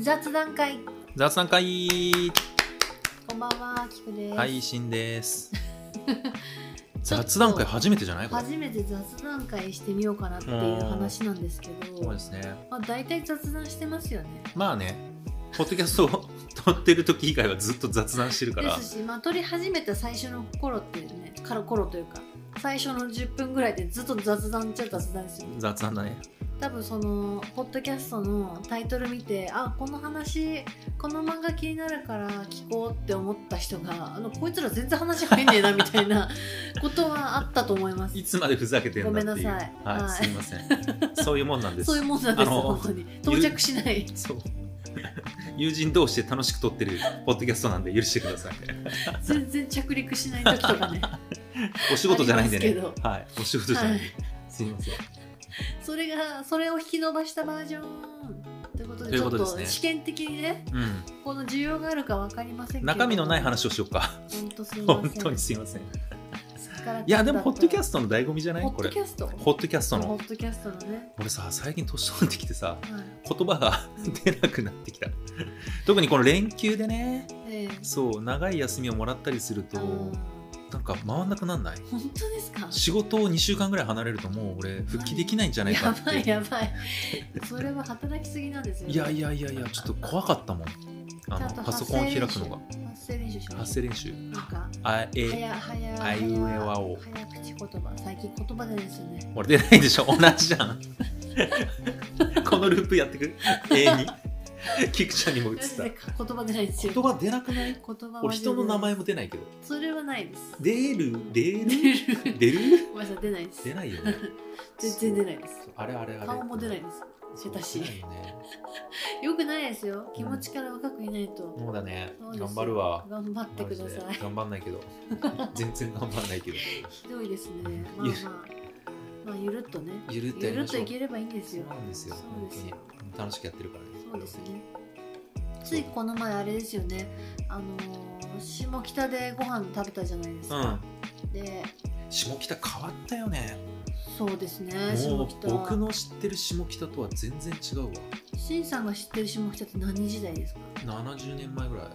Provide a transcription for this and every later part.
雑談会。 雑談会。 こんばんは、きくです。 はい、しんです。雑談会初めてじゃない？これ初めて雑談会してみようかなっていう話なんですけど。 そうですね。 まあ大体雑談してますよね。 まあね、ポッドキャストを撮ってる時以外はずっと雑談してるから。 ですし、まあ撮り始めた最初の頃っていうね、頃というか最初の10分ぐらいでずっと雑談っちゃ雑談ですよね。 雑談だね。 多分そのポッドキャストのタイトル見て、あ、この話この漫画気になるから聞こうって思った人が、こいつら全然話入んねえなみたいなことはあったと思います。 いつまでふざけてんだっていう。 ごめんなさい。 はい、 はい、 すいません。そういうもんなんです。 そういうもんなんです。本当に到着しない。 そう。友人同士で楽しく撮ってるポッドキャストなんで許してください。 全然着陸しない時とかね。 お仕事じゃないんでね。 はい、 お仕事じゃないんで、はい、すいません。 それを引き伸ばしたバージョンということで、ちょっと試験的にね、この需要があるか分かりませんけど、 中身のない話をしようか。本当にすいません。いやでもポッドキャストの醍醐味じゃない？これ。ポッドキャストのね。俺さ、最近年取ってきてさ、言葉が出なくなってきた。特にこの連休でね、そう長い休みをもらったりすると。なんか回んなくなんない？ 本当ですか？ 仕事を2週間ぐらい離れるともう俺復帰できないんじゃないかって。 やばいそれは働きすぎなんですよね。 いやちょっと怖かったもん。パソコンを開くのが発声練習します。 発声練習。 なんかあいうえわお。 早口言葉。最近言葉出ないですよね。 俺出ないでしょ。同じじゃん。このループやってく永遠に。キクちゃんにも映った。 言葉出ないですよ。 言葉出なくない？俺人の名前も出ないけど。 それはないです。 出るごめんなさい、出ないです。 出ないよね。 全然出ないです。 あれ。 顔も出ないです。下手し。よくないですよ。気持ちから若くいないと。 そうだね。頑張るわ。 頑張ってください。 頑張んないけど。全然頑張んないけど。 ひどいですね。まあゆるっとね。ゆるっといければいいんですよ。 そうなんですよ。本当に楽しくやってるからね。 そうですね。ついこの前あれですよね。下北でご飯食べたじゃないですか。で、 下北変わったよね。 そうですね。 もう僕の知ってる下北とは全然違うわ。 しんさんが知ってる下北って何時代ですか ？70年前ぐらい。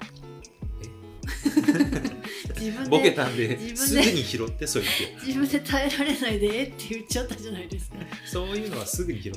ボケたんですぐに拾ってそう言って。 自分で耐えられないでって言っちゃったじゃないですか。 そういうのはすぐに拾って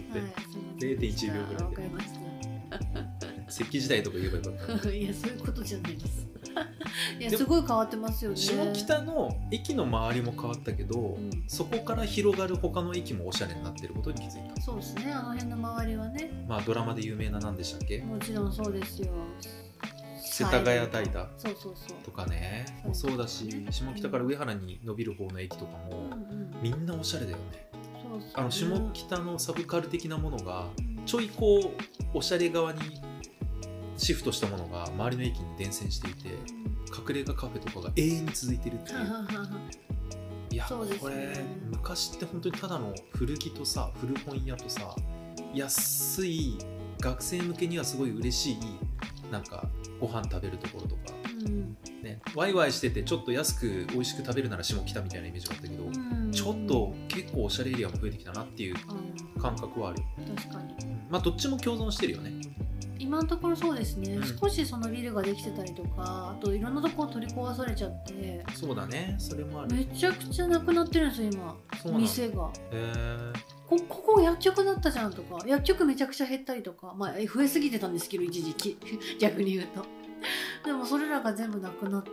。0.1 秒ぐらいで。 わかりました。 石器時代とか言えばよかった。 いや、そういうことじゃないです。いや、すごい変わってますよね。 下北の駅の周りも変わったけど、そこから広がる他の駅もおしゃれになってることに気づいた。 そうですね、あの辺の周りはね。 まあドラマで有名な何でしたっけ？ もちろんそうですよ。 世田谷代田そうとかね、もそうだし、下北から上原に伸びる方の駅とかも、みんなおしゃれだよね。下北のサブカル的なものがちょいこうおしゃれ側にシフトしたものが周りの駅に伝染していて、隠れ家カフェとかが永遠に続いてるっていう。いや、これ昔って本当にただの古着とさ、古本屋とさ、安い学生向けにはすごい嬉しいなんかご飯食べるところとか、ね、ワイワイしててちょっと安く美味しく食べるなら下北みたいなイメージがあったけど、ちょっと結構おしゃれエリアも増えてきたなっていう感覚はある。 確かに。 まあどっちも共存してるよね。 今のところそうですね、少しそのビルができてたりとか、あといろんなところ取り壊されちゃって。 そうだね、それもある。 めちゃくちゃなくなってるんですよ今。店が。ここ薬局だったじゃんとか、薬局めちゃくちゃ減ったりとか、まあ増えすぎてたんですけど一時期逆に言うと。でもそれらが全部なくなって、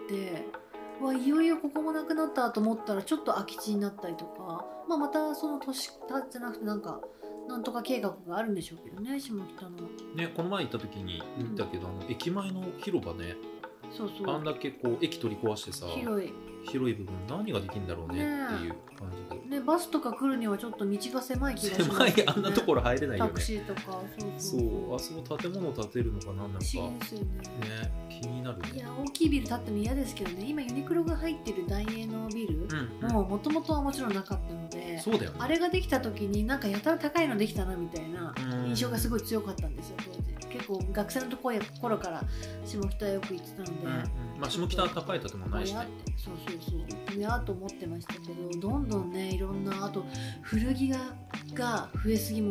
いよいよここもなくなったと思ったらちょっと空き地になったりとか、またその年じゃなくてなんとか計画があるんでしょうけどね、下北の。 ね、この前行った時に見たけど、駅前の広場ね、あんだけこう駅取り壊してさ、広い部分何ができるんだろうねっていう感じで。 ね、バスとか来るにはちょっと道が狭い気がしますね。狭い、あんなところ入れないよね。 タクシーとか、 そう、あそこ建物建てるのか何なのか。 不思議ですよね。 気になるね。 いや、大きいビル建っても嫌ですけどね、今ユニクロが入ってる大英のビルもともとはもちろんなかったので、 そうだよね。 あれができた時になんかやたら高いのできたなみたいな印象がすごい強かったんですよ、当時。結構学生の頃から下北よく行ってたので、 まあ下北は高い建物ないしね。 そういやと思ってましたけど、どんどんね、いろんな、あと古着が増えすぎ問題。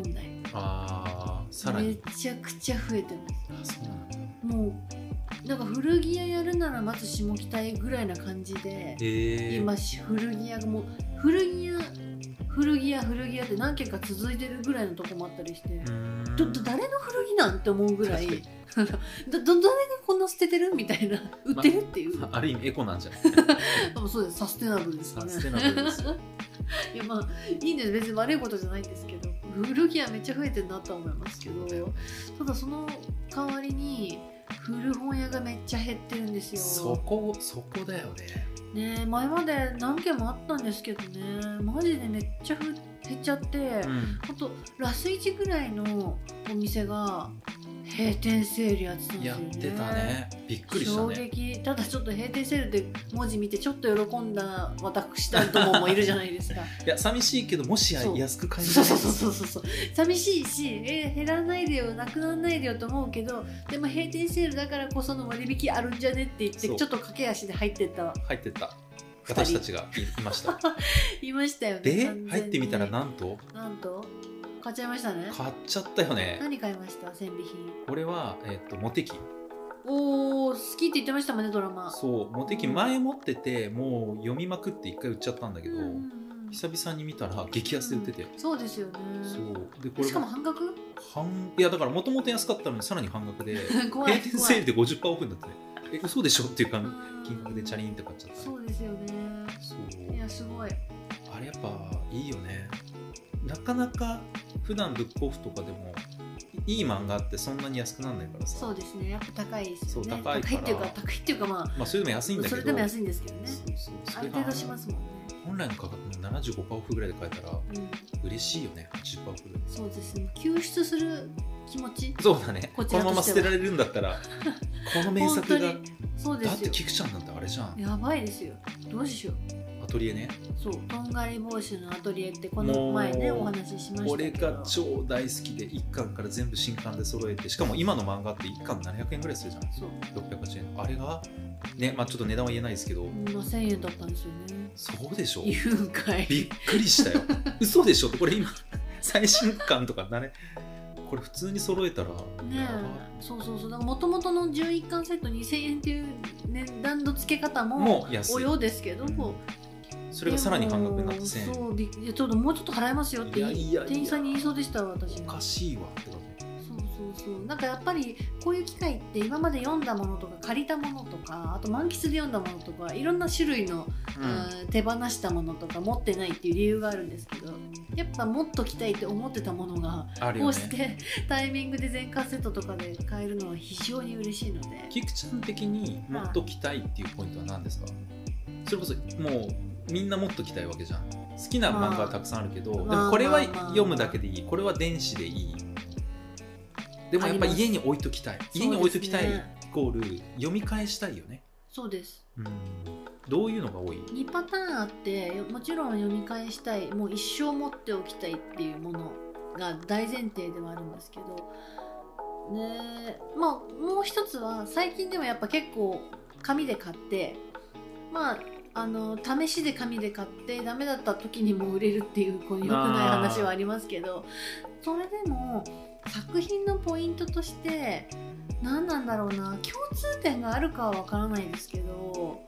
さらにめちゃくちゃ増えてます。 そうなんだ。 もうなんか古着屋やるならまず下北へぐらいな感じで、今古着屋がもう古着屋って何軒か続いてるぐらいのとこもあったりして、誰の古着なんて思うぐらい誰がこんな捨ててるみたいな売ってるっていう、 ある意味エコなんじゃないそうです、サステナブルですかね。 サステナブルですよいやまあいいんです、別に悪いことじゃないんですけど、古着屋めっちゃ増えてるなとは思いますけど、ただその代わりに古本屋がめっちゃ減ってるんですよ。 そこだよね。 ね、前まで何軒もあったんですけどね、マジでめっちゃ減っちゃって、あとラス1ぐらいのお店が閉店セールやってたんですよね。 やってたね。びっくりしたね。 衝撃。ただちょっと閉店セールって文字見てちょっと喜んだ私たちともいるじゃないですか。 いや寂しいけど、もし安く買えない。 そう寂しいし、減らないでよ、なくならないでよと思うけど、でも閉店セールだからこその割引あるんじゃねって言ってちょっと駆け足で入ってった私たちがいましたいましたよね。 で入ってみたらなんと買っちゃいましたね。 買っちゃったよね。 何買いました？戦利品。 俺はモテキ。 好きって言ってましたもんね、ドラマ。 そう、モテキ前持っててもう読みまくって一回売っちゃったんだけど、久々に見たら激安で売ってて、 そうですよね。 そうで、これしかも半額？ いやだからもともと安かったのにさらに半額で閉店セールで 50% オフになってね、嘘でしょっていう金額でチャリンって買っちゃった。 そうですよね。そう、いやすごい、 あれやっぱいいよね。なかなか普段ブックオフとかでもいい漫画ってそんなに安くならないからさ。 そうですね、やっぱ高いですよね。 そう、高いっていうかまあそれでも安いんだけど、 それでも安いんですけどね。 そうある程度しますもんね。 本来の価格の 75% オフぐらいで買えたら嬉しいよね。 80% オフぐらい。 そうですね、救出する気持ち。 そうだね、このまま捨てられるんだったらこの名作がそうですよ。 だってキクちゃんなんてあれじゃん、 やばいですよ。どうしよう。 アトリエね。 そう、とんがり帽子のアトリエってこの前ねお話ししましたけど、 俺が超大好きで1巻から全部新刊で揃えて、しかも今の漫画って1巻700円ぐらいするじゃん。そう、680円。あれがね、まあちょっと値段は言えないですけど、 1000円だったんですよね。 そうでしょ。 言うんかい。 びっくりしたよ嘘でしょって。これ今最新刊とかこれ普通に揃えたらねえ、そうだからもともとの11巻セット2000円っていう値段の付け方もおようですけど、 それがさらに半額になって1000円。 そう、ちょっともうちょっと払えますよって店員さんに言いそうでした私。 おかしいわってこと。 そうなんかやっぱりこういう機会って今まで読んだものとか借りたものとか、あと満喫で読んだものとかいろんな種類の、手放したものとか持ってないっていう理由があるんですけど、やっぱもっと着たいって思ってたものがこうしてタイミングで全巻セットとかで買えるのは非常に嬉しいので。 キクちゃん的にもっと着たいっていうポイントは何ですか？それこそもうみんなもっと着たいわけじゃん。好きな漫画はたくさんあるけど、でもこれは読むだけでいい、これは電子でいい。でもやっぱ家に置いときたい、家に置いときたいイコール読み返したいよね。 そうです、 どういうのが多い ？2パターンあって、もちろん読み返したい、もう一生持っておきたいっていうものが大前提ではあるんですけど、ね、まあもう一つは最近でもやっぱ結構紙で買って、まあ試しで紙で買ってダメだった時にも売れるっていう、こう良くない話はありますけど、それでも作品のポイントとして何なんだろうな、共通点があるかは分からないですけど、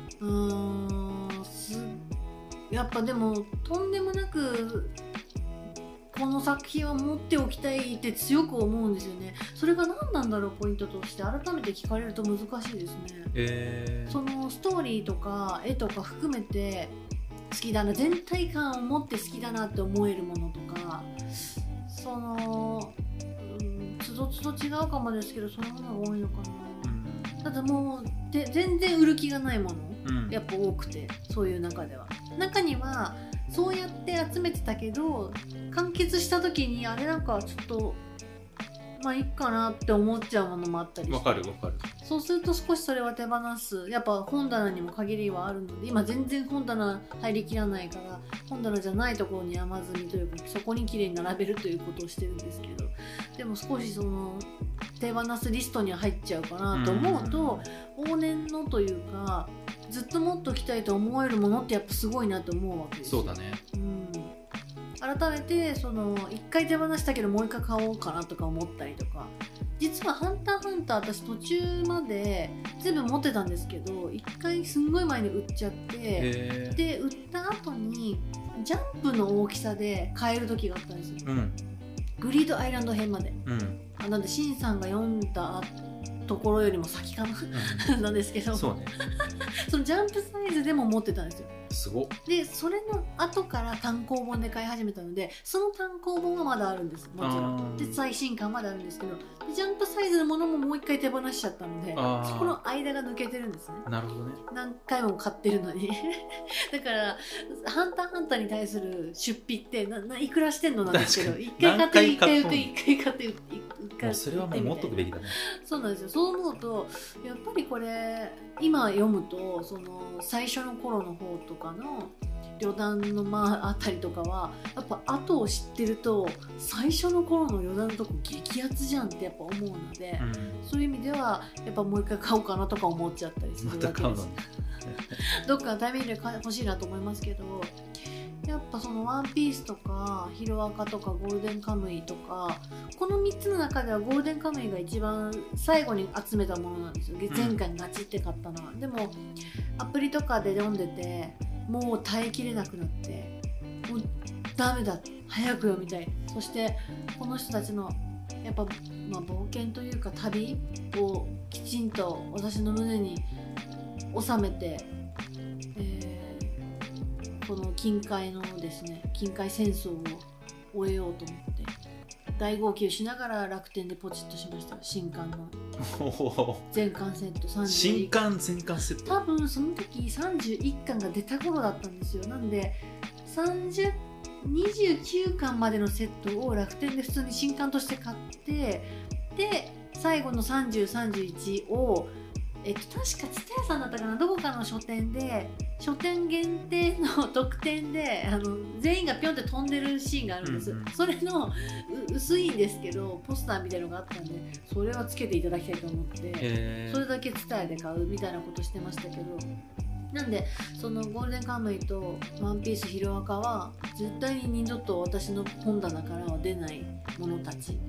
やっぱでもとんでもなくこの作品は持っておきたいって強く思うんですよね。それが何なんだろう、ポイントとして改めて聞かれると難しいですね。そのストーリーとか絵とか含めて好きだな、全体感を持って好きだなって思えるものとか、そのつどつど違うかもですけど、そのものが多いのかな。ただもう全然売る気がないもの、やっぱ多くて、そういう中では中にはそうやって集めてたけど完結した時にあれなんかちょっとまあいいかなって思っちゃうものもあったりして。 わかる。 そうすると少しそれは手放す。やっぱ本棚にも限りはあるので、今全然本棚入りきらないから、本棚じゃないところに山積みというか、そこに綺麗に並べるということをしてるんですけど、でも少しその手放すリストには入っちゃうかなと思うと、往年のというかずっともっと着たいと思えるものってやっぱすごいなと思うわけですよ。 そうだね。 改めてその一回手放したけどもう一回買おうかなとか思ったりとか。実は「ハンター×ハンター」私途中まで全部持ってたんですけど一回すんごい前に売っちゃってで売った後にジャンプの大きさで買える時があったんですよ、グリードアイランド編まで、なのでシンさんが読んだところよりも先かな、なんですけどそうねそのジャンプサイズでも持ってたんですよ。 すごっ。 でそれの後から単行本で買い始めたのでその単行本はまだあるんです、もちろん。で最新刊まだあるんですけどジャンプサイズのものももう一回手放しちゃったのでそこの間が抜けてるんですね。 なるほどね。 何回も買ってるのにだから「ハンター×ハンター」に対する出費っていくらしてんのなんですけど、一回買って一回売って一回買って一回売って、 それはもう持っとくべきだね。 そうなんですよ。そう思うとやっぱりこれ今読むとその最初の頃の方とかの旅団のあたりとかはやっぱ後を知ってると最初の頃の旅団のとこ激アツじゃんってやっぱ思うので、そういう意味ではやっぱもう一回買おうかなとか思っちゃったりするわけです。また買うのどっかのタイミングで欲しいなと思いますけど、やっぱその「ワンピースとか「ヒロアカ」とか「ゴールデンカムイ」とかこの3つの中ではゴールデンカムイが一番最後に集めたものなんですよ、前回ガチって買ったのは。でもアプリとかで読んでてもう耐えきれなくなってもうダメだ早く読みたい。そしてこの人たちのやっぱ、冒険というか旅をきちんと私の胸に収めて、この近海のですね近海戦争を終えようと思って大号泣しながら楽天でポチッとしました。新刊の全巻セット31 新刊全巻セット。 多分その時31巻が出た頃だったんですよ。なんで29巻までのセットを楽天で普通に新刊として買ってで最後の3031を確か蔦屋さんだったかな、どこかの書店で書店限定の特典で全員がピョンって飛んでるシーンがあるんです、それの薄いんですけどポスターみたいなのがあったんでそれはつけていただきたいと思って、それだけ蔦屋で買うみたいなことしてましたけど、なんでそのゴールデンカムイとワンピースヒロアカは絶対に二度と私の本棚からは出ないものたち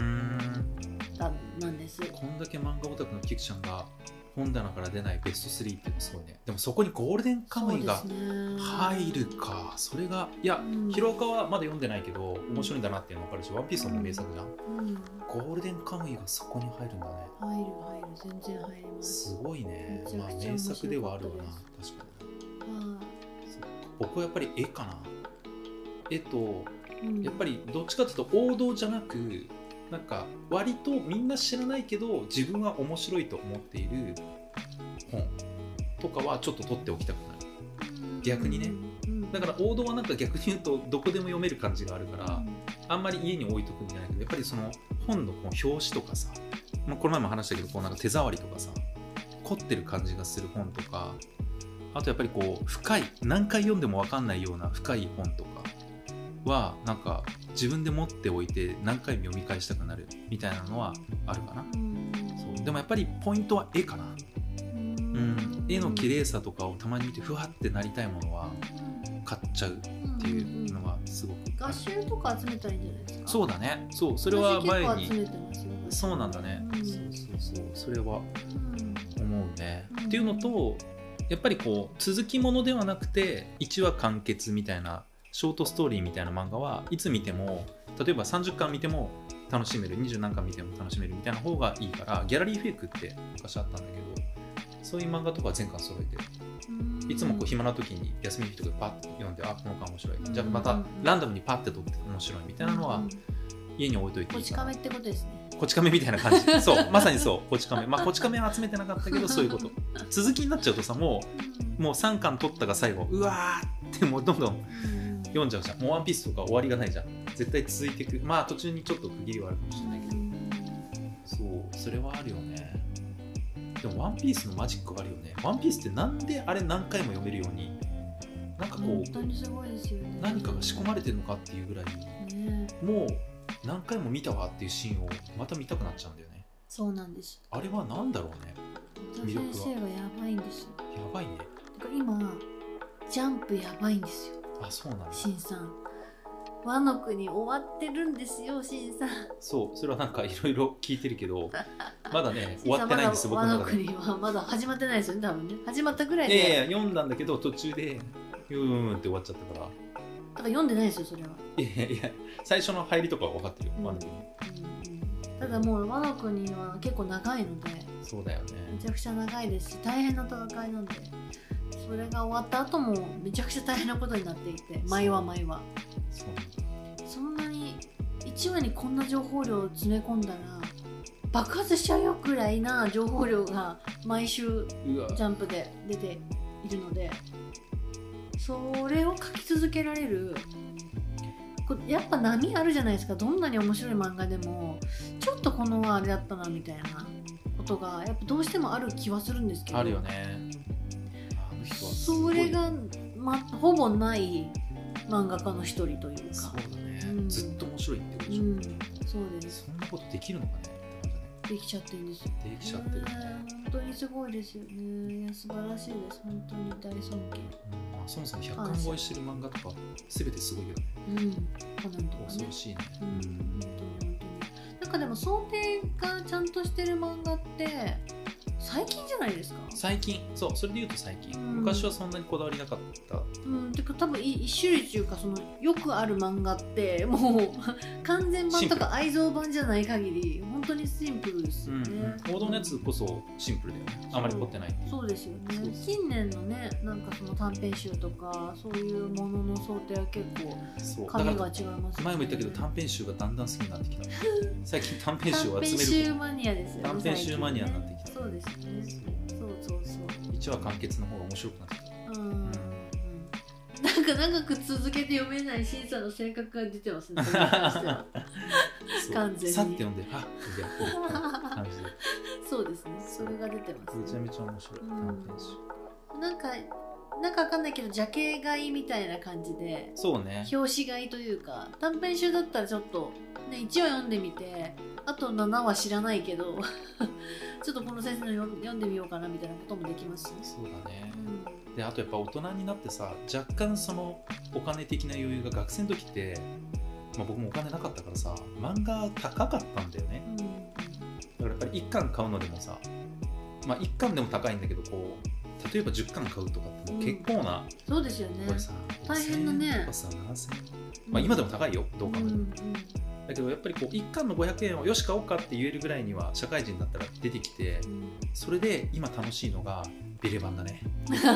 なんです。 こんだけ漫画オタクのキクちゃんが本棚から出ないベスト3ってすごいね。でもそこにゴールデンカムイが入るか。それがいや、ヒロアカはまだ読んでないけど面白いんだなっていうの分かるし、ワンピースはもう名作じゃん、ゴールデンカムイがそこに入るんだね。 入る全然入ります。 すごいね。名作ではあるわな。確かに。僕はやっぱり絵かな。絵と、やっぱりどっちかというと王道じゃなくなんか割とみんな知らないけど自分は面白いと思っている本とかはちょっと取っておきたくなる。逆にね。だから王道はなんか逆に言うとどこでも読める感じがあるからあんまり家に置いとくんじゃないけど、やっぱりその本のこの表紙とかさ、この前も話したけどこうなんか手触りとかさ凝ってる感じがする本とか、あとやっぱりこう深い何回読んでも分かんないような深い本とかはなんか自分で持っておいて何回も読み返したくなるみたいなのはあるかな。そうでもやっぱりポイントは絵かな。絵の綺麗さとかをたまに見てふわってなりたいものは買っちゃうっていうのがすごく画集とか集めたらいいんじゃないですか。 そうだね。そうそれは前に集めてますよ。 そうなんだね、そうそれは思うね、っていうのとやっぱりこう続きものではなくて1話完結みたいなショートストーリーみたいな漫画はいつ見ても例えば30巻見ても楽しめる20何巻見ても楽しめるみたいな方がいいから、ギャラリーフェイクって昔あったんだけどそういう漫画とか全巻揃えてる。いつもこう暇な時に休みの日とかパッと読んで、あこの巻面白い、じゃあまたランダムにパッて取って面白いみたいなのは家に置いといていいかな。 こち亀ってことですね。 こち亀みたいな感じ。そうまさにそうこち亀。こち亀は集めてなかったけどそういうこと続きになっちゃうとさもう3巻取ったが最後うわーってもうどんどん読んじゃうじゃん。もうワンピースとか終わりがないじゃん。絶対続いていく。途中にちょっと区切りはあるかもしれないけど、そうそれはあるよね。でもワンピースのマジックあるよね。ワンピースってなんであれ何回も読めるようになんかこう本当にすごいですよね。 何かが仕込まれてるのかっていうぐらい、もう何回も見たわっていうシーンをまた見たくなっちゃうんだよね。 そうなんです。 あれはなんだろうね。 先生がやばいんですよ。 やばいね。 だから今ジャンプやばいんですよ。 あ、そうなんだ。 新さんワノ国終わってるんですよ、シンさん。 そう、それはなんかいろいろ聞いてるけど、まだね終わってないんですよ、僕の中で。 ワノ国はまだ始まってないですよね、多分ね。始まったぐらいで。 いやいや、読んだんだけど途中でって終わっちゃったから。だから読んでないですよ、それは。 いやいや、最初の入りとかは分かってるよ、ワノ国。 ただもうワノ国は結構長いので。 そうだよね。 めちゃくちゃ長いですし、大変な戦いなんで、それが終わった後もめちゃくちゃ大変なことになっていて、毎話毎話。そんなに1話にこんな情報量を詰め込んだら爆発しちゃうよくらいな情報量が毎週ジャンプで出ているので、それを書き続けられる、やっぱ波あるじゃないですか。どんなに面白い漫画でもちょっとこのはあれだったなみたいなことがやっぱどうしてもある気はするんですけど、 あるよね。 それが、ほぼない漫画家の一人というか。 そうだね、ずっと面白いってことでしょ。 そうです。 そんなことできるのかね。 できちゃってるんですよ。 できちゃってるね。 本当にすごいですよね。いや、素晴らしいです。本当に大尊敬。 そもそも100巻超えしてる漫画とか全てすごいけどね。 コナンとかね。 恐ろしいね。 本当に本当に。なんかでも想定がちゃんとしてる漫画って最近じゃないですか。 最近、そう、それで言うと最近。昔はそんなにこだわりなかった。 てか多分一種類というか、そのよくある漫画ってもう完全版とか愛蔵版じゃない限り本当にシンプルですよね。 王道のやつこそシンプルだよね。あまり凝ってないっていう。 そうですよね。近年のね、なんかその短編集とかそういうものの想定は結構紙が違いますね。 前も言ったけど短編集がだんだん好きになってきた。最近短編集を集める。 短編集マニアですよね。 短編集マニアになってきた。 そうですね。そう 1話完結の方が面白くなってきた。 なんか長く続けて読めない審査の性格が出てますね。完全にさって読んで、あ、いや、感じで。 そうですね。それが出てます、ね。 めちゃめちゃ面白い短編集。 なんかわかんないけど、ジャケ買いみたいな感じで、 そうね。 表紙買いというか、短編集だったらちょっとね、1話読んでみて、あと7話知らないけどちょっとこの先生の読んでみようかなみたいなこともできますし、ね。 そうだね。で、あとやっぱ大人になってさ、若干そのお金的な余裕が学生の時って、僕もお金なかったからさ、漫画高かったんだよね。だからやっぱり1巻買うのでもさ、1巻でも高いんだけど、こう例えば10巻買うとかってもう結構な、 そうですよね。 これさ、 大変だね。 とかさ、7000円、今でも高いよ、どう考えても。だけどやっぱりこう1巻の500円をよし買おうかって言えるぐらいには社会人だったら出てきて、それで今楽しいのがビレバンだね。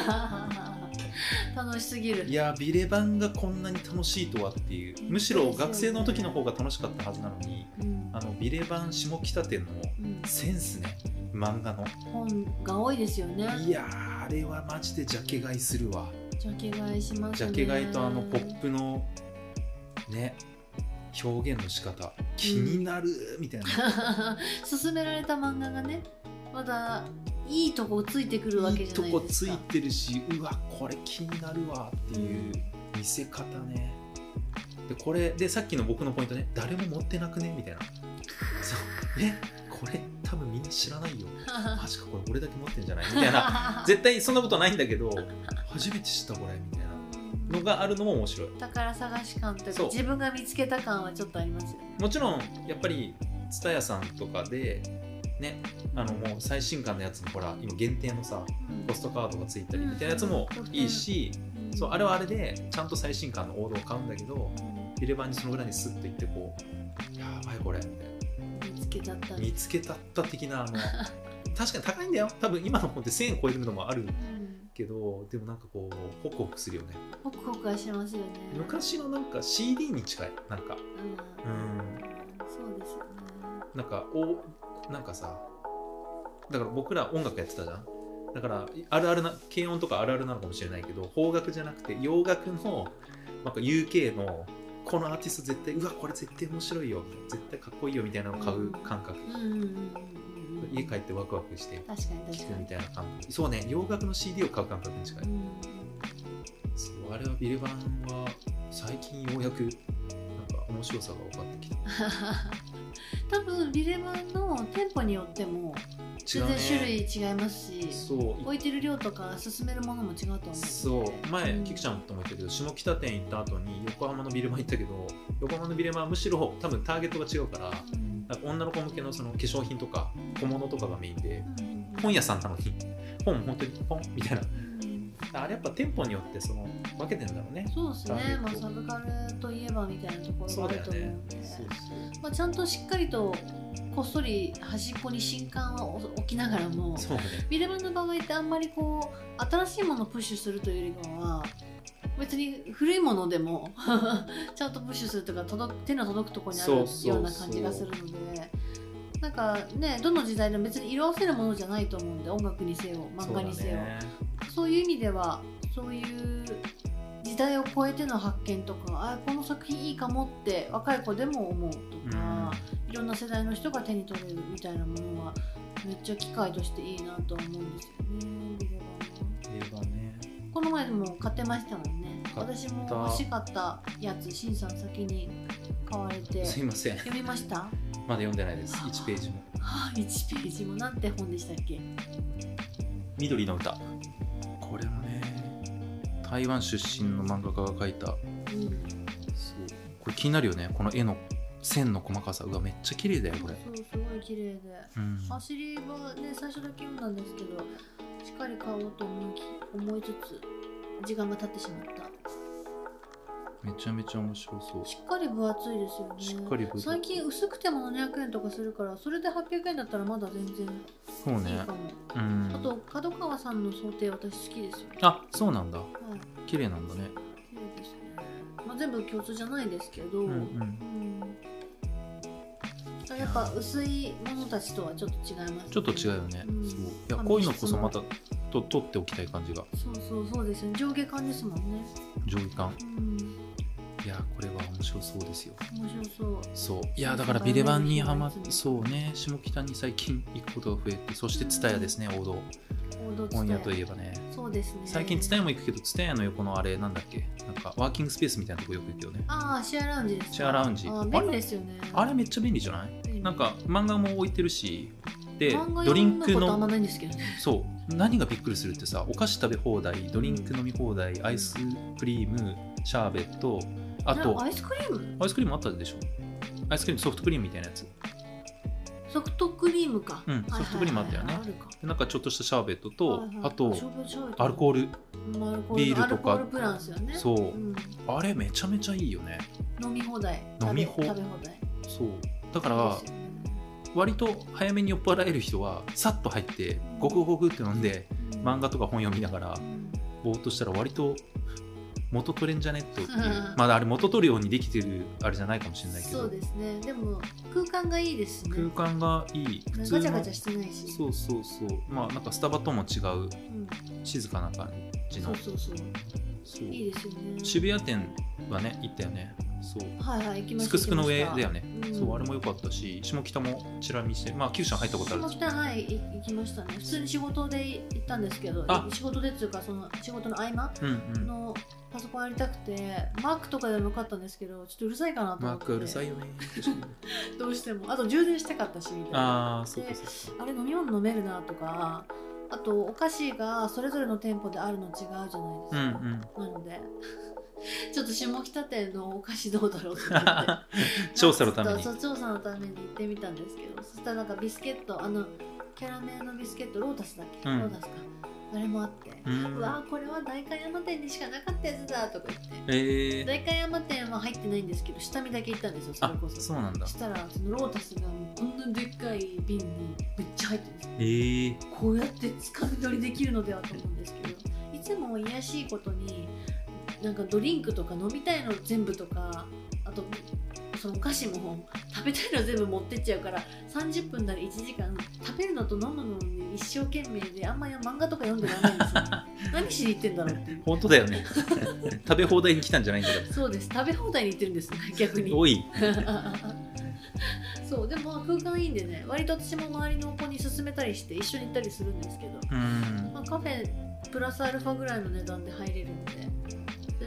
楽しすぎる。 いや、ビレバンがこんなに楽しいとはっていう、むしろ学生の時の方が楽しかったはずなのに、ビレバン下北店のセンスね、漫画の本が多いですよね。 いやー、あれはマジでジャケ買いするわ。 ジャケ買いしますね。 ジャケ買いとポップのね、表現の仕方気になるみたいな、 勧められた漫画がね、まだいいとこついてくるわけじゃないですか。 いいとこついてるし、うわこれ気になるわっていう見せ方ね。でこれでさっきの僕のポイントね、誰も持ってなくねみたいな。そうこれ多分みんな知らないよ。マジか、これ俺だけ持ってんじゃないみたいな。絶対そんなことないんだけど、初めて知ったこれみたいなのがあるのも面白い。 宝探し感というか、自分が見つけた感はちょっとありますよね。 もちろんやっぱり蔦屋さんとかでね、もう最新刊のやつもほら今限定のさ、ポストカードがついたりみたいなやつもいいし、そう、あれはあれでちゃんと最新刊の王道を買うんだけど、ビレバンにそのぐらいにスッといって、こうやばいこれみたいな、見つけたった的な確かに高いんだよ、多分今の本って1000円超えるのもあるけど、でもなんかこうホクホクするよね。 ホクホクはしますよね。 昔のなんか CD に近い、なんかそうですよね。 なんかさ、だから僕ら音楽やってたじゃん。だからあるあるな、軽音とかあるあるなのかもしれないけど、邦楽じゃなくて洋楽のなんか UK のこのアーティスト絶対、うわこれ絶対面白いよ、絶対かっこいいよみたいなのを買う感覚、家帰ってワクワクして聴くみたいな感覚。そうね、洋楽の CD を買う感覚に近い。そう、あれはビレバンは最近ようやくなんか面白さが分かってきた。 多分ビレバンの店舗によっても全然種類違いますし、置いてる量とか勧めるものも違うと思うので。 そう前キクちゃんとも言ったけど、下北店行った後に横浜のビルマ行ったけど、横浜のビルマはむしろ多分ターゲットが違うから、なんか女の子向けのその化粧品とか小物とかがメインで、本屋さんなのに本本当にポンみたいな。あれやっぱ店舗によってその分けてんだろうね。 そうですね、まあ、サブカルといえばみたいなところがあると思うので、まあ、ちゃんとしっかりとこっそり端っこに新刊を置きながらも、 そう、ね、 ビルマの場合ってあんまりこう新しいものをプッシュするというよりかは、別に古いものでもちゃんとプッシュするとか手の届くところにあるような感じがするので、なんかね、どの時代でも別に色あせるものじゃないと思うんで、音楽にせよ漫画にせよ、そういう意味ではそういう時代を超えての発見とか、この作品いいかもって若い子でも思うとか、いろんな世代の人が手に取れるみたいなものはめっちゃ機会としていいなと思うんですよね。 ビルバね、 この前でも買ってましたもんね。私も欲しかったやつ、しんさん先に買われて。 すいません、 読みました？ まだ読んでないです。1ページも。 1ページも。なんて本でしたっけ？ 緑の歌。これもね、台湾出身の漫画家が描いた、そう、これ気になるよね、この絵の線の細かさ。うわ、めっちゃ綺麗だよこれ。 そう、すごい綺麗で、走りはね、最初だけ読んだんですけど、しっかり買おうと思いつつ時間が経ってしまった。 めちゃめちゃ面白そう。 しっかり分厚いですよね。 しっかり分厚い。 最近薄くても700円とかするから、それで800円だったらまだ全然いいかも。あと角川さんの想定私好きですよ。 あ、そうなんだ。綺麗なんだね。 綺麗ですね。まあ全部共通じゃないですけど、やっぱ薄いものたちとはちょっと違いますね。 ちょっと違うよね。そう。いや、こういうのこそまた取っておきたい感じが。 そうですよね。上下感ですもんね。 上下感。いや、これは面白そうですよ。 面白そう。 そう。いや、だからビレバンにハマって、そうね、下北に最近行くことが増えて、そして蔦屋ですね、王道本屋といえばね。 そうですね。 最近蔦屋も行くけど、蔦屋の横のあれなんだっけ、なんかワーキングスペースみたいなとこよく行くよね。 ああ、シェアラウンジですか。 シェアラウンジ。 便利ですよね。 あれめっちゃ便利じゃない？なんか漫画も置いてるし、でドリンクの、そう、何がびっくりするってさ、お菓子食べ放題、ドリンク飲み放題、アイスクリーム、シャーベット、あとアイスクリーム？ アイスクリームあったでしょ。アイスクリーム、ソフトクリームみたいなやつ。 ソフトクリームか。 ソフトクリームあったよね。なんかちょっとしたシャーベットと、あとアルコール、ビールとか。 アルコールプランですよね。 そう、あれめちゃめちゃいいよね。 飲み放題。 食べ放題。そう。だから割と早めに酔っ払える人はさっと入ってゴクゴクって飲んで、漫画とか本読みながらぼーっとしたら割と元取れんじゃねってまだあれ元取るようにできてるあれじゃないかもしれないけど。 そうですね。でも空間がいいですね。 空間がいい。 普通のガチャガチャしてないし。 そう。まあなんかスタバとも違う静かな感じの。 そういいですよね。 渋谷店はね行ったよね。そう。 行きました。 すくすくの上だよね。そう、あれも良かったし、下北もチラ見して、まあ九州入ったことある。 下北行きましたね。普通に仕事で行ったんですけど、仕事でっていうかその仕事の合間のパソコンやりたくて、マークとかでもよかったんですけど、ちょっとうるさいかなと思って。 マークうるさいよね。 どうしても。あと充電したかったしみたいな。 そうか。 あれ飲み物飲めるなとか。あとお菓子がそれぞれの店舗であるの違うじゃないですか。なのでちょっと下北店のお菓子どうだろうと思って調査のために調査のために行ってみたんですけど、そしたらなんかビスケット、キャラメルのビスケット、ロータスだっけ、ロータスか、あれもあって、うわーこれは代官山店にしかなかったやつだとか言って、代官山店は入ってないんですけど下見だけ行ったんですよ。それこそ。 そうなんだ。 したらそのロータスがもうこんなでっかい瓶にめっちゃ入ってるんです。こうやってつかみ取りできるのではと思うんですけど、いつも癒やしいことになんかドリンクとか飲みたいの全部とか、あとそのお菓子も食べたいの全部持ってっちゃうから、30分なり1時間食べるのと飲むのに一生懸命で、あんまり漫画とか読んでらんないんですよ。何しに行ってんだろうっていう。 本当だよね。食べ放題に来たんじゃないんだから。 そうです、食べ放題に行ってるんですね、逆に。 多い。 そうでも空間いいんでね、割と私も周りの子に勧めたりして一緒に行ったりするんですけど、まあ、カフェプラスアルファぐらいの値段で入れるので全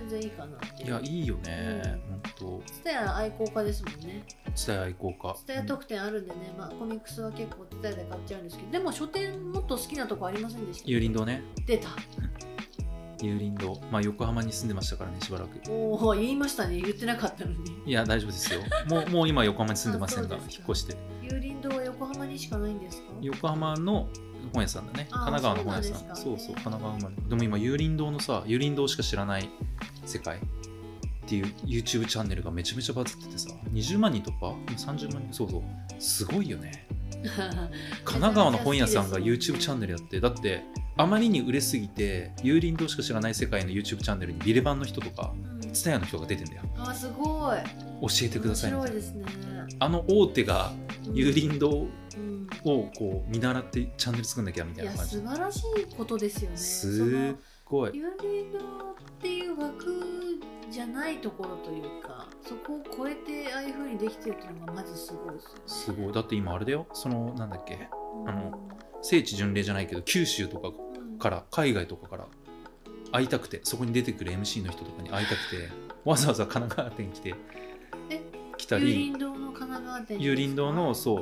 全然いいかなっていう。 いやいいよね、本当。 TSUTAYA愛好家ですもんね。 TSUTAYA愛好家。 TSUTAYA特典あるんでね、まあコミックスは結構TSUTAYAで買っちゃうんですけど、でも書店もっと好きなとこありませんでした？ 有林堂ね。 出た。 有林堂、まあ横浜に住んでましたからね、しばらく。 おお、言いましたね、言ってなかったのに。 いや大丈夫ですよ。もう今横浜に住んでませんが、引っ越して。 有林堂は横浜にしかないんですか？ 横浜の本屋さんだね。神奈川の本屋さん。そうそう、神奈川生まれ。でも今有林堂のさ、有林堂しか知らない世界っていう YouTube チャンネルがめちゃめちゃバズっててさ、20万人突破 ?30 万人、そうそう、すごいよね。神奈川の本屋さんが YouTube チャンネルやって、だってあまりに売れすぎて有林堂しか知らない世界の YouTube チャンネルにビレバンの人とかTSUTAYAの人が出てんだよ。 あ、すごい。 教えてくださいみたいな。 面白いですね。 あの大手が有林堂をこう見習ってチャンネル作んなきゃみたいな感じ。 いや素晴らしいことですよね。 すごい。 有林堂っていう枠じゃないところというか、そこを超えてああいう風にできてるっていうのがまずすごいですよね。 すごい。だって今あれだよ、そのなんだっけ、聖地巡礼じゃないけど九州とかから海外とかから会いたくて、そこに出てくる MC の人とかに会いたくてわざわざ神奈川店来たり、 有林堂の神奈川店、 有林堂のそう、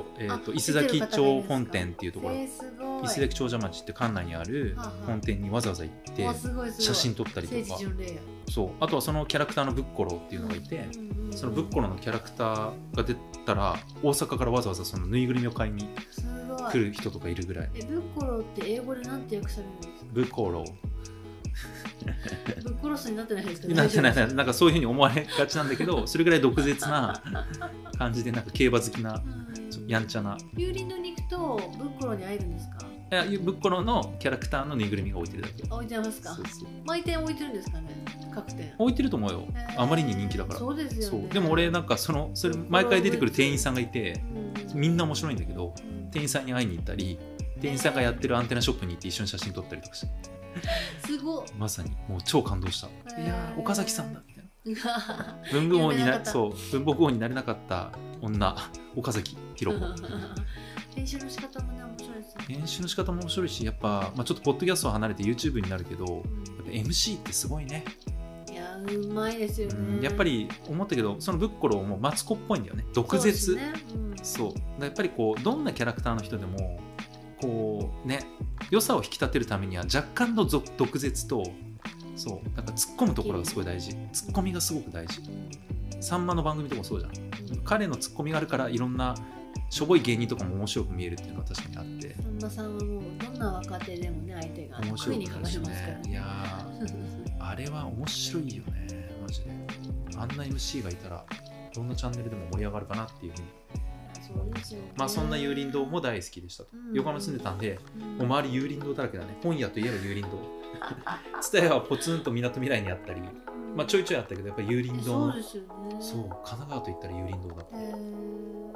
伊勢崎町本店っていうところ、伊勢崎長者町って関内にある本店にわざわざ行って写真撮ったりとか、そう、あとはそのキャラクターのブッコローっていうのがいて、そのブッコローのキャラクターが出たら大阪からわざわざそのぬいぐるみを買いに来る人とかいるぐらい。 ブッコローって英語でなんて訳されるんですか？ ブッコローブックロスになってないですか？ なってない、なんかそういうふうに思われがちなんだけど、それぐらい毒舌な感じで、なんか競馬好きなやんちゃな。 有林堂に行くとブッコロに会えるんですか？ いや、ブッコロのキャラクターのぬいぐるみが置いてるだけ。 置いてますか？そうそう、毎店置いてるんですかね？各店置いてると思うよ、あまりに人気だから。 そうですよね。 そうでも俺なんかそれ毎回出てくる店員さんがいて、みんな面白いんだけど、店員さんに会いに行ったり、店員さんがやってるアンテナショップに行って一緒に写真撮ったりとかして、 すごい、 まさにもう超感動した。いや岡崎さんだみたいな。文房具王になれなかった女、岡崎弘子。 編集の仕方もね面白いですよね。 編集の仕方も面白いし、やっぱ、ちょっとポッドキャストを離れて YouTube になるけど、やっぱ MC ってすごいね。 いやうまいですよね。 やっぱり思ったけど、そのブッコロもマツコっぽいんだよね、毒舌。そうやっぱりこうどんなキャラクターの人でもこうね、良さを引き立てるためには若干の毒舌と、そうなんか突っ込むところがすごい大事。突っ込みがすごく大事。さんまの番組とかもそうじゃん。彼の突っ込みがあるからいろんなしょぼい芸人とかも面白く見えるっていうのは確かにあって、 さんまさんはもうどんな若手でもね、相手が面白いにかかりますからね。 いやあれは面白いよね、マジで。あんな MC がいたらどんなチャンネルでも盛り上がるかなっていうふうに。 そうですよね。 そんな有林堂も大好きでしたと。横浜に住んでたんで、もう周り有林堂だらけだね。本屋といえば有林堂。TSUTAYAはポツンとみなとみらいにあったり、ちょいちょいあったけど、やっぱり有林堂の、そうですよね。そう、神奈川といったら有林堂だった。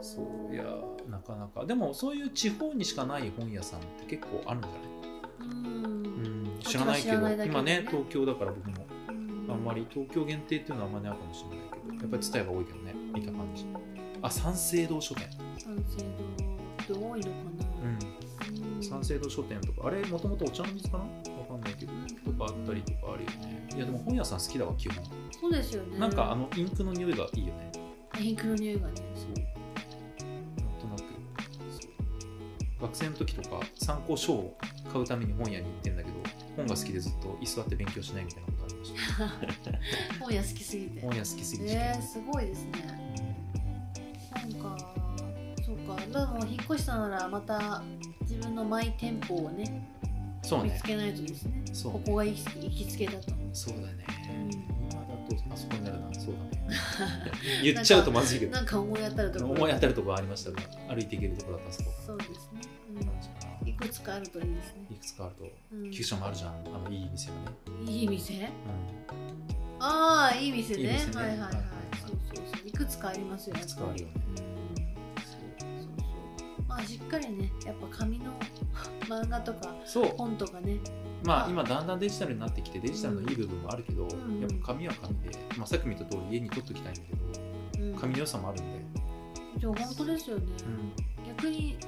そう、いやなかなか。でもそういう地方にしかない本屋さんって結構あるんじゃない？知らないけど、今ね東京だから僕もあんまり東京限定っていうのはあんまりないかもしれないけど、やっぱりTSUTAYAが多いけどね、見た感じ。三省堂書店。三省堂って多いのかな？ 三省堂書店とか、あれもともとお茶の水かな？わかんないけど、とかあったりとかあるよね。いやでも本屋さん好きだわ、基本。 そうですよね。 なんかインクの匂いがいいよね。 インクの匂いがね。 そう。なんとなく。そう。学生の時とか参考書を買うために本屋に行ってんだけど、本が好きでずっと居座って勉強しないみたいなことありました。 本屋好きすぎて。 本屋好きすぎて。 すごいですね。なんかそうか、でも引っ越したならまた自分のマイ店舗をね、見つけないとですね。ここが行きつけだと。 そうだね。今だとあそこになるな。そうだね。言っちゃうとまずいけど。 なんか思い当たるところ。 思い当たるところありましたが、歩いて行けるところだったそこ。 そうですね。いくつかあるといいですね。 いくつかあると。旧社もあるじゃん。いい店がね。 いい店？ああ、いい店ね。はいはいはい。そういくつかありますよね。 いくつかあるよね。 しっかりね、やっぱ紙の漫画とか本とかね。 今だんだんデジタルになってきて、デジタルのいい部分もあるけど、やっぱ紙は紙で、さっきも言った通り家に取っときたいんだけど、紙の良さもあるんで。 じゃあ本当ですよね。逆に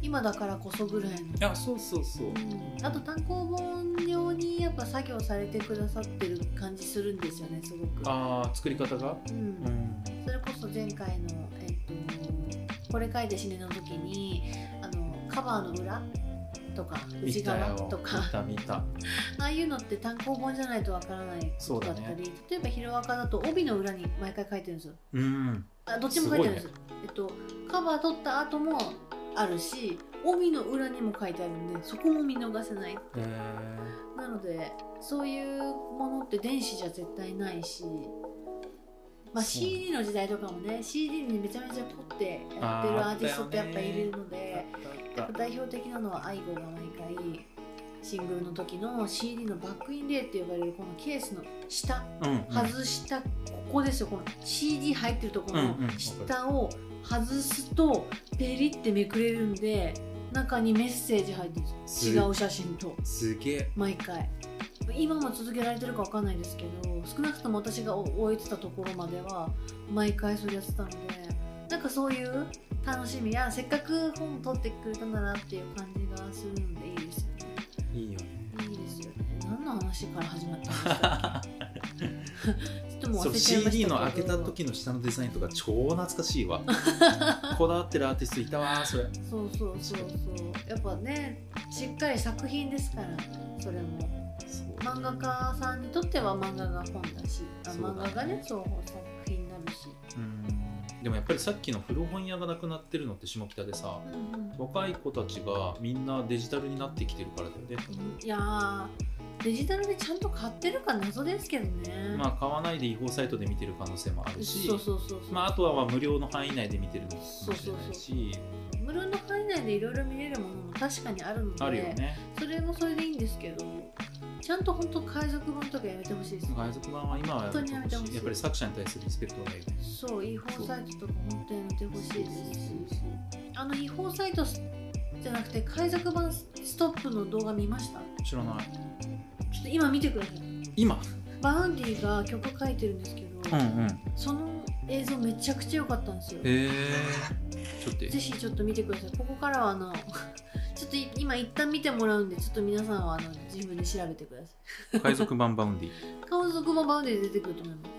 今だからこそぐらいの。 あ、そうそうそう、 あと単行本用にやっぱ作業されてくださってる感じするんですよね、すごく。 作り方が、 それこそ前回の、これ書いて死ねの時にカバーの裏とか内側とか見たああいうのって単行本じゃないとわからないことだったり、例えばヒロアカだと帯の裏に毎回書いてるんですよ。どっちも書いてるんです。カバー取った後もあるし、帯の裏にも書いてあるんで、そこも見逃せない。なのでそういうものって電子じゃ絶対ないし、CD の時代とかもね、 CD にめちゃめちゃ凝ってやってるアーティストってやっぱいるので、やっぱ代表的なのはアイゴが毎回シングルの時の CD のバックインレイって呼ばれるこのケースの下、外したここですよ、この CD 入ってるところの下を外すとペリってめくれるんで、中にメッセージ入ってるんですよ、違う写真と。 すげえ。 毎回今も続けられてるかわかんないですけど、少なくとも私が終えてたところまでは毎回それやってたので、なんかそういう楽しみや、せっかく本取ってくれたならっていう感じがするのでいいですよね。 いいよね。 いいですよね。何の話から始まったんですかちょっともう忘れちゃいましたけど。 CD の開けた時の下のデザインとか超懐かしいわこだわってるアーティストいたわ、それ。 そうやっぱね、しっかり作品ですから、それも漫画家さんにとっては漫画が本だし、漫画がね、そう作品になるし。 でもやっぱりさっきの古本屋がなくなってるのって下北でさ、若い子たちがみんなデジタルになってきてるからだよね。 いやデジタルでちゃんと買ってるか謎ですけどね。 買わないで違法サイトで見てる可能性もあるし、あとは無料の範囲内で見てるのかもしれないし、 無料の範囲内でいろいろ見れるものも確かにあるので、 あるよね。 それもそれでいいんですけど、ちゃんと本当海賊版とかやめてほしいです。 海賊版は今はやっぱり作者に対するリスペクトがいい。 そう、違法サイトとか本当にやめてほしいですし、違法サイトじゃなくて海賊版ストップの動画見ました？ 知らない。 ちょっと今見てください。 今バウンディが曲書いてるんですけど、その映像めちゃくちゃ良かったんですよ。ぜひちょっと見てください。ここからはちょっと今一旦見てもらうんで、ちょっと皆さんは自分で調べてください。 海賊版バウンディ海賊版バウンディで出てくると思います。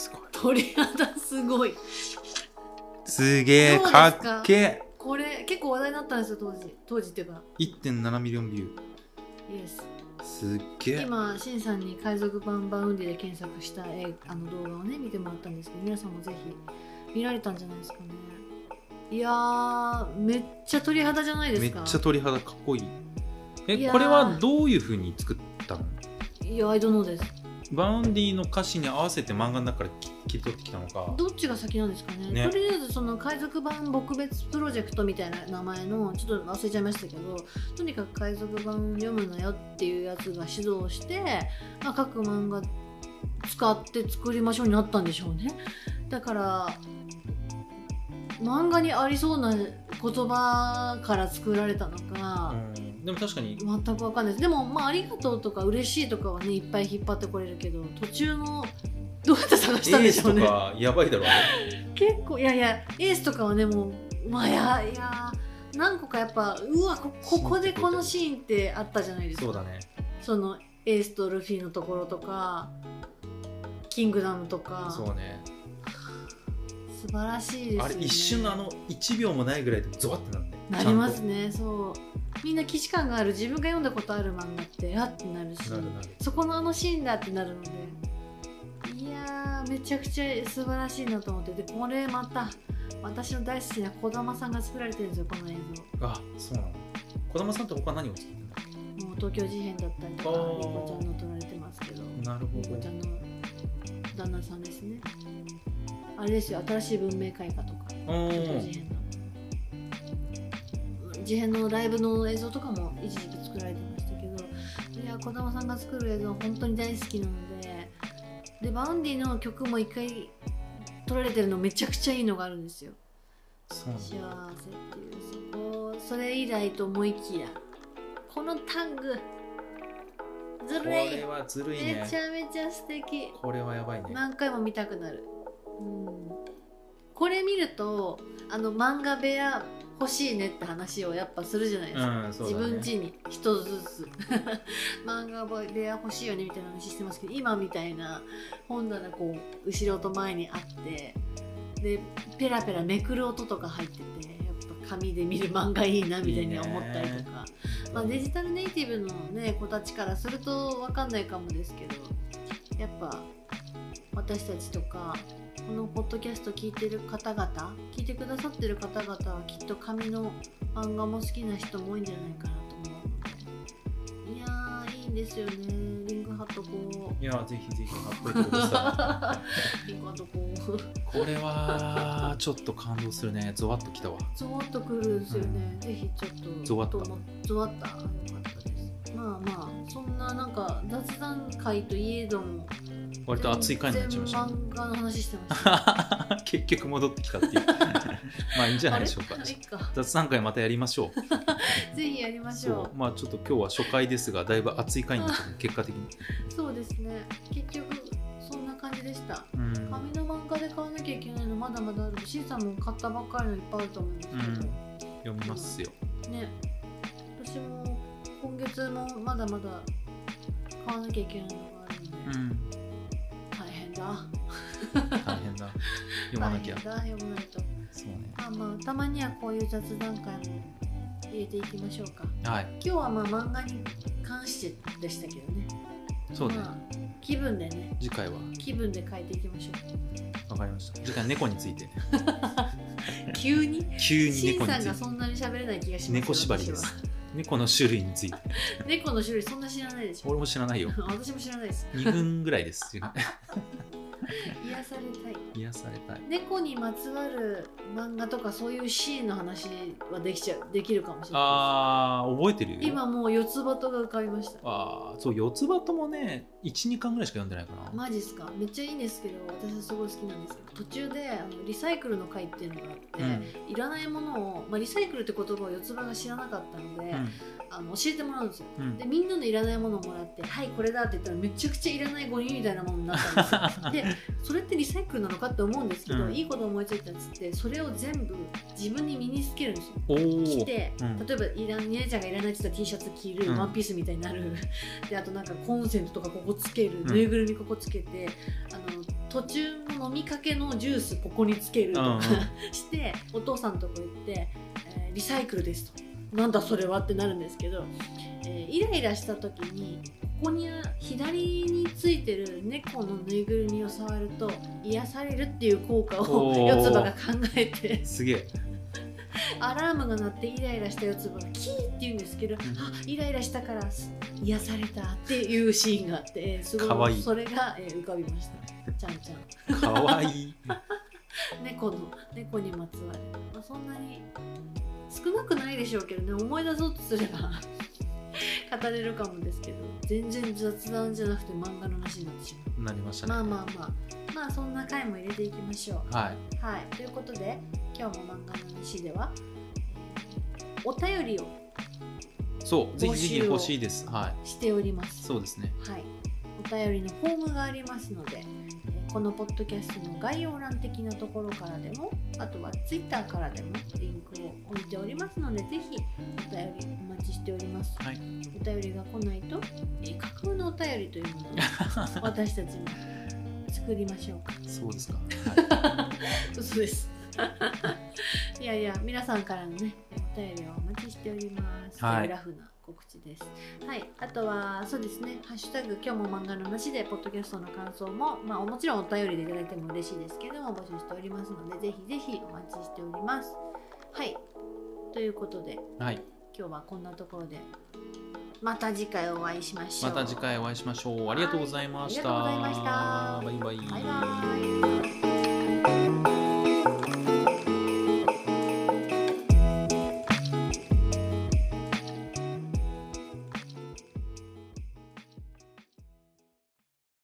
すごい。鳥肌すごい。 すげえ、かっけー。 これ結構話題になったんですよ、当時っていうか 1.7 ミリオンビュー。 イエス。 すっげえ。 今シンさんに海賊版バウンディで検索した動画をね見てもらったんですけど、皆さんもぜひ見られたんじゃないですかね。いやー、めっちゃ鳥肌じゃないですか。 めっちゃ鳥肌、かっこいい。これはどういう風に作ったの？ いや、アイドノーです。 バウンディの歌詞に合わせて漫画の中から切り取ってきたのか、 どっちが先なんですか ね。とりあえずその海賊版撲滅プロジェクトみたいな名前の、ちょっと忘れちゃいましたけど、とにかく海賊版読むなよっていうやつが指導して、各漫画使って作りましょうになったんでしょうね。だから漫画にありそうな言葉から作られたのか、 でも確かに全く分かんないです。でもありがとうとか嬉しいとかはね、いっぱい引っ張ってこれるけど、途中のどうやって探したんでしょうね。 エースとかやばいだろうね。 結構、いやエースとかはね、もう何個かやっぱ、うわ、ここでこのシーンってあったじゃないですか。 そうだね。 そのエースとルフィのところとかキングダムとか。 そうね、 素晴らしいですよね。 あれ一瞬の1秒もないぐらいでゾワってなって、 なりますね。そう、みんな既視感がある、自分が読んだことある漫画ってってなるし、そこのシーンだってなるので、いやー、めちゃくちゃ素晴らしいなと思って。でこれまた私の大好きな児玉さんが作られてるんですよ、この映像。 あ、そうなの。児玉さんって他何を作ってるんだっけ？もう東京事変だったりとか、リコちゃんの撮られてますけど。 なるほど。 リコちゃんの旦那さんですね。あれですよ、新しい文明開化とか、事変のライブの映像とかも一時期作られてましたけど、いや、児玉さんが作る映像本当に大好きなので、バウンディの曲も一回撮られてるのめちゃくちゃいいのがあるんですよ。 そう幸せっていう、それ以来と思いきや、このタングずるい。これはずるいね。 めちゃめちゃ素敵。 これはやばいね。 何回も見たくなる。 これ見ると漫画部屋欲しいねって話をやっぱするじゃないですか、 うんそうだね、 自分家に一つずつ漫画部屋欲しいよねみたいな話してますけど、今みたいな本棚こう後ろと前にあってでペラペラめくる音とか入ってて、やっぱ紙で見る漫画いいなみたいに思ったりとか、まあ、デジタルネイティブの、ね、子たちからすると分かんないかもですけど、やっぱ私たちとかこのポッドキャスト聞いてる方々、聞いてくださってる方々はきっと紙の漫画も好きな人も多いんじゃないかなと思うので、いやーいいんですよね。リンク貼っとこう。 いやぜひぜひ貼っといてくださいリンク貼っとこう。 これはちょっと感動するね。ゾワッときたわ。 ゾワッとくるんですよね、ぜひちょっとゾワッとゾワッとよかったです。まあまあそんななんか雑談会といえども割と熱い回になっちゃいました、ね、 漫画の話してました、 ね、結局戻ってきたっていうまあいいんじゃないでしょうか。雑談会またやりましょうぜひやりましょう。 まあちょっと今日は初回ですがだいぶ熱い回になっちゃう結果的に。 そうですね、結局そんな感じでした、紙の漫画で買わなきゃいけないのまだまだある。シンさんも買ったばっかりのいっぱいあると思うんですけど、 読みますよ、 ね。私も今月もまだまだ買わなきゃいけないのがあるんで、大変だ読まなきゃ読まないと。そうね、まあたまにはこういう雑談会も入れていきましょうか。はい、今日はまあ漫画に関してでしたけどね。そうね、まあ、気分でね、 次回は気分で変えていきましょう。 わかりました。次回猫について急に猫について。シンさんがそんなに喋れない気がします。 猫縛りです。猫の種類について。 猫の種類そんな知らないでしょ。 俺も知らないよ。 私も知らないです。 2分ぐらいです。 癒されたい。 癒されたい。 猫にまつわる漫画とかそういうシーンの話はできるかもしれないです。 ああ、覚えてるよ。 今もう四つ葉とが浮かびました。 ああ、そう四つ葉ともね、1、2巻ぐらいしか読んでないかな。 マジっすか。めっちゃいいんですけど、私はすごい好きなんですけど、途中でリサイクルの会っていうのがあって、いらないものを、リサイクルって言葉を四つ葉が知らなかったので、教えてもらうんですよ、でみんなのいらないものをもらって、はいこれだって言ったらめちゃくちゃいらないゴミみたいなものになったんですよでそれってリサイクルなのかって思うんですけど、いいこと思いついたっつってそれを全部自分に身につけるんですよ。着て、例えば姉ちゃんがいらないって言ったら T シャツ着る、ワンピースみたいになるで、あとなんかコンセントとかここつける、ぬいぐるみここつけて、途中の飲みかけのジュースここにつけるとかしてお父さんのとこ行って、リサイクルですと、なんだそれはってなるんですけど、イライラした時にここに左についてる猫のぬいぐるみを触ると癒されるっていう効果を四つ葉が考えて、 すげえアラームが鳴ってイライラした四つ葉がキーって言うんですけど、イライラしたから癒されたっていうシーンがあって、すごいそれが浮かびました。ちゃんちゃんかわいい猫にまつわる、そんなに少なくないでしょうけどね、思い出そうとすれば語れるかもですけど、全然雑談じゃなくて漫画の話になってしまう。 なりましたね。 まあそんな回も入れていきましょう。はい、ということで今日も漫画の話では、お便りをぜひぜひ欲しいです。 しております。 そうですね。 はい、お便りのフォームがありますので、このポッドキャストの概要欄的なところからでも、あとはツイッターからでもリンクを置いておりますので、ぜひお便りお待ちしております。お便りが来ないと、架空のお便りというものを私たちも作りましょうか。 そうですか。 嘘です。いやいや、皆さんからのねお便りをお待ちしております。ラフな告知です。はい、あとはそうですね、ハッシュタグ今日も漫画の話でポッドキャストの感想も、もちろんお便りでいただいても嬉しいですけども募集しておりますので、ぜひぜひお待ちしております。はい、ということで、今日はこんなところでまた次回お会いしましょう。 ありがとうございました。 バイバイ。